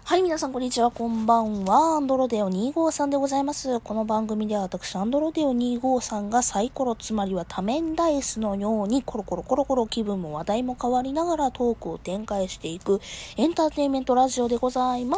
はい、皆さんこんにちは、こんばんは。アンドロデオ253でございます。この番組では私、アンドロデオ253がサイコロ、つまりは多面ダイスのようにコロコロ気分も話題も変わりながらトークを展開していくエンターテインメントラジオでございます。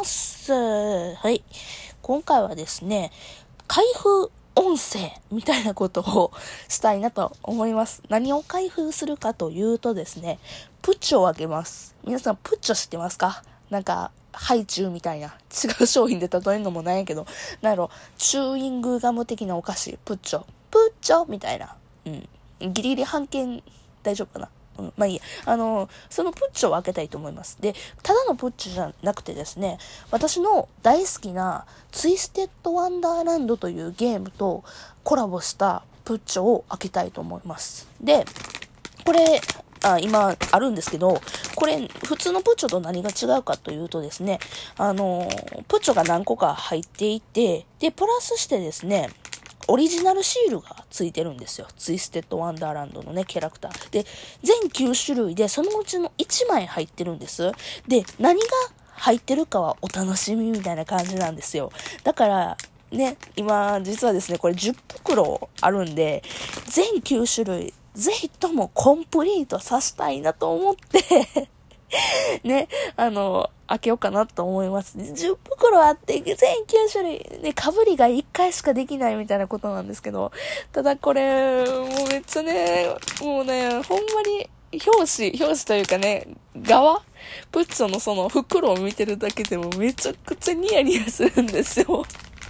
はい。今回はですね、開封音声みたいなことをしたいなと思います。何を開封するかというとですね、プッチョをあげます。皆さんプッチョ知ってますか？なんか、ハイチュウみたいな、違う商品で例えるのもないけど、なんやろ、チューイングガム的なお菓子、プッチョみたいな。ギリギリ半券大丈夫かな？まあいいや。そのプッチョを開けたいと思います。で、ただのプッチョじゃなくてですね、私の大好きなツイステッドワンダーランドというゲームとコラボしたプッチョを開けたいと思います。で、これ、今あるんですけど、これ普通のプッチョと何が違うかというとですね、プッチョが何個か入っていて、で、プラスしてですね、オリジナルシールがついてるんですよ。ツイステッドワンダーランドのね、キャラクター。で、全9種類で、そのうちの1枚入ってるんです。で、何が入ってるかはお楽しみみたいな感じなんですよ。だから、ね、今、実はですね、これ10袋あるんで、全9種類、ぜひともコンプリートさせたいなと思ってね、開けようかなと思います。10袋あって、全9種類、ね、被りが1回しかできないみたいなことなんですけど、ただこれ、もうめっちゃね、もうね、ほんまに、表紙というかね、プッチョのその袋を見てるだけでもめちゃくちゃニヤニヤするんですよ。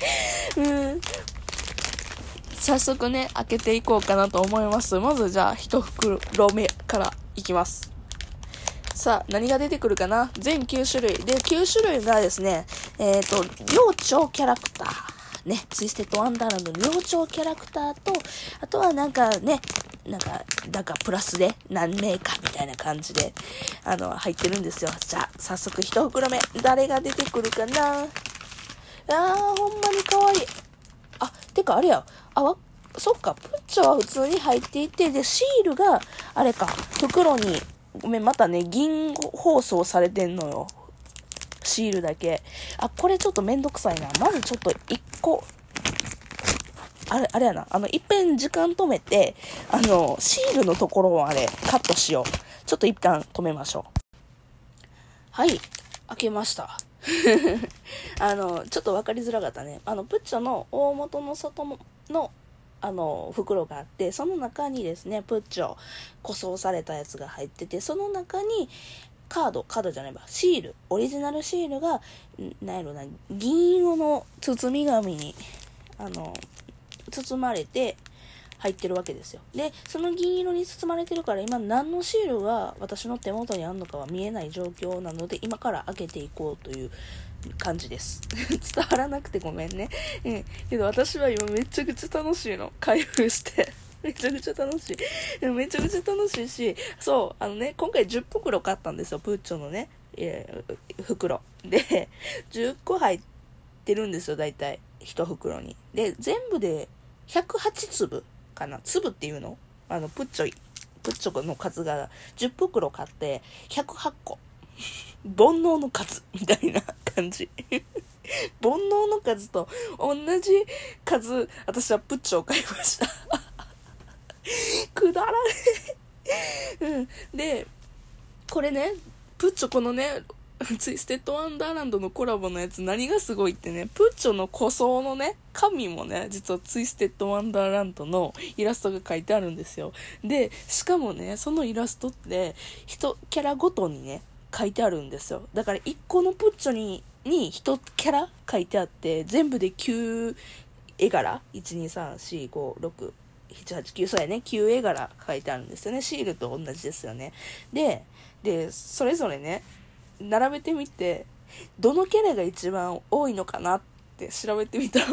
早速ね、開けていこうかなと思います。まずじゃあ、一袋目からいきます。さあ、何が出てくるかな？全9種類。で、9種類がですね、寮長キャラクター。ね、ツイステッドワンダーランドの寮長キャラクターと、あとはなんかね、なんかプラスで何名かみたいな感じで、入ってるんですよ。じゃあ、早速一袋目。誰が出てくるかな？ほんまに可愛い。てかあれや。そっか、プッチョは普通に入っていて、で、シールが、あれか、袋に、ごめん、またね、銀包装されてんのよ。シールだけ。これちょっとめんどくさいな。まずちょっと一個、あれやな。いっぺん時間止めて、シールのところをカットしよう。ちょっと一旦止めましょう。はい、開けました。ちょっとわかりづらかったね。プッチョの大元の外の、袋があって、その中にですね、プッチョ、塗装されたやつが入ってて、その中に、カードじゃないわ、シール、オリジナルシールが、なんやろな、銀色の包み紙に、包まれて、入ってるわけですよ。で、その銀色に包まれてるから今何のシールが私の手元にあるのかは見えない状況なので、今から開けていこうという感じです。伝わらなくてごめんね。けど私は今めちゃくちゃ楽しいの。開封して。めちゃくちゃ楽しい。めちゃくちゃ楽しいし、そう、今回10袋買ったんですよ。プッチョのね、袋。で、10個入ってるんですよ、だいたい。1袋に。で、全部で108粒。かな、粒っていうの？プッチョの数が10袋買って108個。煩悩の数みたいな感じ。煩悩の数と同じ数、私はプッチョを買いました。くだらねえ。で、これね、プッチョこのね、ツイステッドワンダーランドのコラボのやつ何がすごいってね、プッチョの塗装のね、紙もね、実はツイステッドワンダーランドのイラストが書いてあるんですよ。で、しかもね、そのイラストって1キャラごとにね、書いてあるんですよ。だから1個のプッチョに1キャラ書いてあって、全部で9絵柄 ?1,2,3,4,5,6,7,8,9 そうやね、9絵柄書いてあるんですよね。シールと同じですよね。で、それぞれね、並べてみて、どのキャラが一番多いのかなって調べてみたの。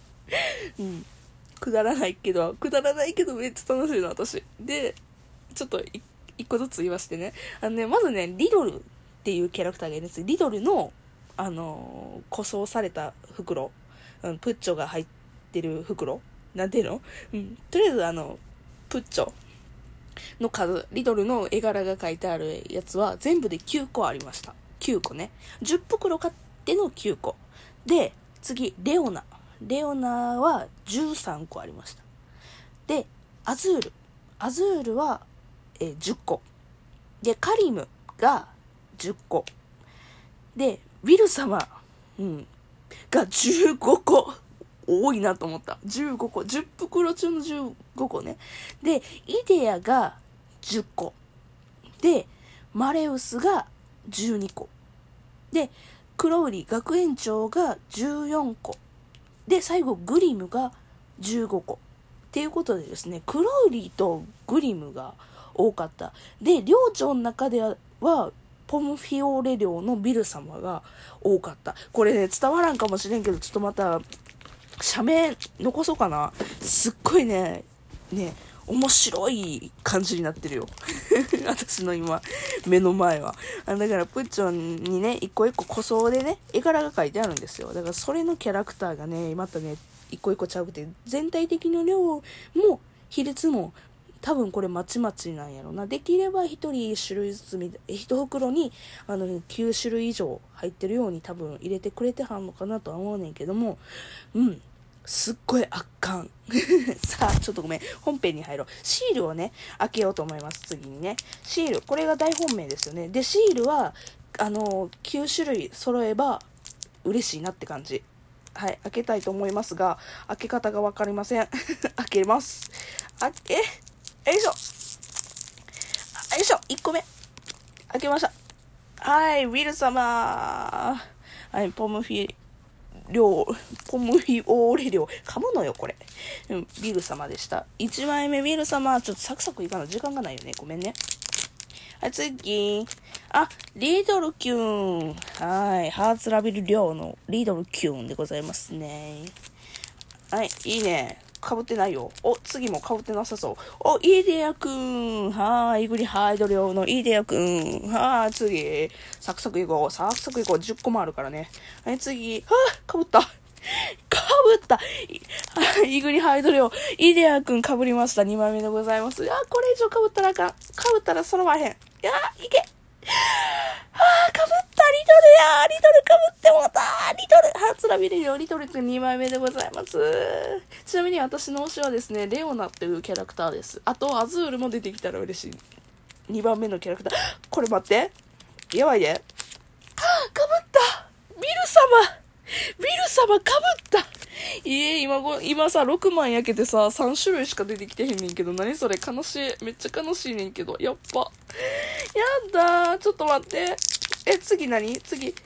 くだらないけどめっちゃ楽しいの、私。で、ちょっと一個ずつ言わしてね。まずね、リドルっていうキャラクターがいるんです。リドルの、塗装された袋。プッチョが入ってる袋。なんていうの？とりあえずプッチョの数、リドルの絵柄が書いてあるやつは全部で9個ありました。9個ね。10袋買っでの9個。で、次、レオナ。レオナは13個ありました。で、アズール。アズールは、10個。で、カリムが10個。で、ウィル様、が15個。多いなと思った。15個。10袋中の15個ね。で、イデアが10個。で、マレウスが12個。で、クロウリ学園長が14個。で、最後グリムが15個。っていうことでですね、クロウリとグリムが多かった。で、寮長の中では、ポムフィオーレ寮のビル様が多かった。これね、伝わらんかもしれんけど、ちょっとまた、社名残そうかな。すっごいね、面白い感じになってるよ。私の今、目の前は。だからプッチョンにね、一個一個塗装でね、絵柄が描いてあるんですよ。だからそれのキャラクターがね、またね、一個一個ちゃうくて、全体的な量も、比率も、多分これまちまちなんやろな。できれば一人1種類ずつ一袋に9種類以上入ってるように多分入れてくれてはんのかなとは思うねんけども、すっごい圧巻。さあ、ちょっとごめん。本編に入ろう。シールをね、開けようと思います。次にね。シール。これが大本命ですよね。で、シールは、9種類揃えば嬉しいなって感じ。はい。開けたいと思いますが、開け方がわかりません。開けます。よいしょ。よいしょ。1個目。開けました。はい。ウィル様。はい。ポムフィオーレ寮。噛むのよ、これ。ビル様でした。1枚目、ビル様。ちょっとサクサクいかない。時間がないよね。ごめんね。はい、次。リドルキューン。はい。ハーツラビル寮のリドルキューンでございますね。はい、いいね。被ってないよ。次も被ってなさそう。イデアくん。イグリハイド寮のイデアくん。次。サクサクいこう。10個もあるからね。はい、次。被った。イグリハイド寮、イデアくん被りました。2枚目でございます。これ以上被ったらあかん。被ったら揃わへん。いけ。被った。リトル被ってもうた。ハーツラビル寮、リトルくん2枚目でございます。ちなみに私の推しはですね、レオナっていうキャラクターです。あと、アズールも出てきたら嬉しい。2番目のキャラクター。これ待って。やばいで。被った。ビル様被った。今さ、6万焼けてさ、3種類しか出てきてへんねんけど、何それ悲しい。めっちゃ悲しいねんけど、やっぱ。やだー。ちょっと待って。次何？次。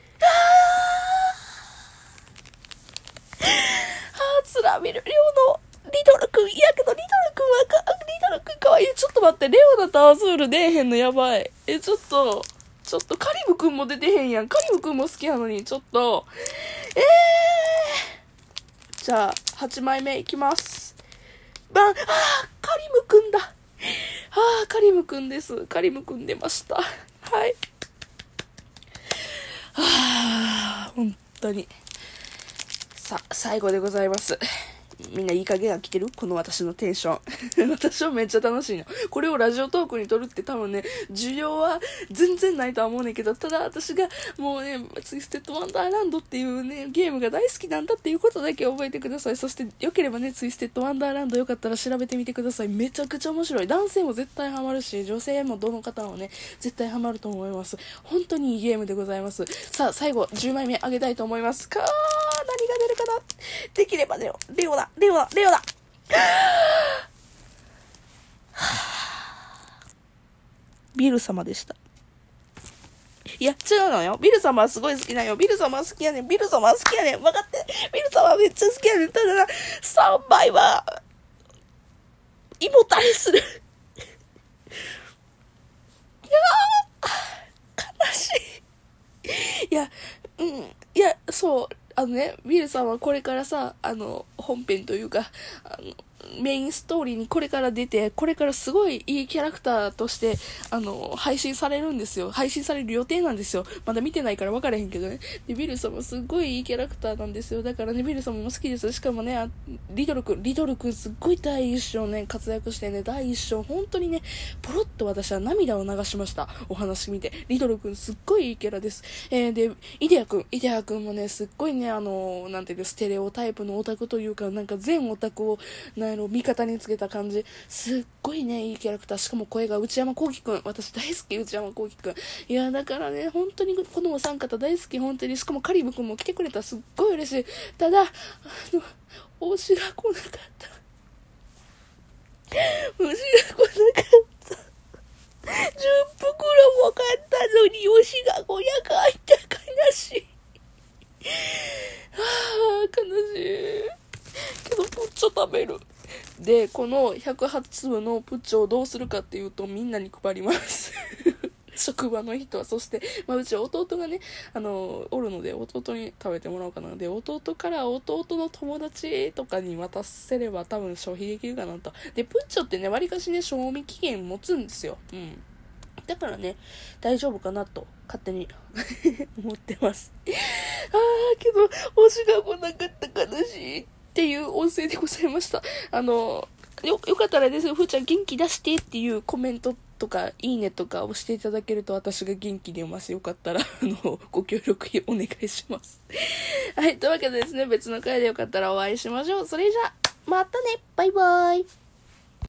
つらみる寮のリトルくん。いやけどリトルくんかわいい。ちょっと待って。レオナとアズール出えへんのやばい。ちょっとカリムくんも出てへんやん。カリムくんも好きなのに、ちょっと。じゃあ、8枚目いきます。カリムくんだ。カリムくんです。カリムくん出ました。はい。本当に。最後でございます。みんないい加減飽きてる？この私のテンション。私はめっちゃ楽しいの。これをラジオトークに撮るって多分ね、需要は全然ないとは思うねんけど、ただ私がもうね、ツイステッドワンダーランドっていうね、ゲームが大好きなんだっていうことだけ覚えてください。そしてよければね、ツイステッドワンダーランドよかったら調べてみてください。めちゃくちゃ面白い。男性も絶対ハマるし、女性もどの方もね、絶対ハマると思います。本当にいいゲームでございます。さあ、最後、10枚目あげたいと思います。何が出るかな？できればレオだ。ビル様でした。いや、違うのよ。ビル様はすごい好きなんよ。ビル様は好きやねん。分かって。ビル様はめっちゃ好きやねん。ただな、3枚は、胃もたれする。いや悲しい。そう。ビルさんはこれからさ、本編というか、 メインストーリーにこれから出て、これからすごいいいキャラクターとして、配信されるんですよ。配信される予定なんですよ。まだ見てないから分からへんけどね。で、ビル様すっごいいいキャラクターなんですよ。だからね、ビル様も好きです。しかもね、リドル君すっごい第一章ね、活躍してね、第一章、本当にね、ポロッと私は涙を流しました。お話見て。リドル君すっごいいいキャラです。で、イデア君もね、すっごいね、なんていうの、ステレオタイプのオタクというか、なんか全オタクを、味方につけた感じ。すっごいね、いいキャラクター。しかも声が内山聖輝くん。私大好き、内山聖輝くん。いや、だからね、本当にこのお三方大好き、本当に。しかもカリブくんも来てくれた。すっごい嬉しい。ただ、推しが来なかった。推しが来なかった。10袋も買ったのに推しが来なかった。悲しい。悲しい。けどプッチョ食べる。で、この108粒のプッチョをどうするかっていうと、みんなに配ります職場の人は。そして、うち弟がね、おるので弟に食べてもらおうかな。で、弟から弟の友達とかに渡せれば多分消費できるかなと。で、プッチョってね、わりかしね、賞味期限持つんですよ。だからね、大丈夫かなと勝手に思ってますけど推しが来なかった悲しいっていう音声でございました。よかったらですね、ふーちゃん元気出してっていうコメントとかいいねとか押していただけると私が元気出ます。よかったらご協力お願いしますはい、というわけでですね、別の回でよかったらお会いしましょう。それじゃあまたね、バイバイ。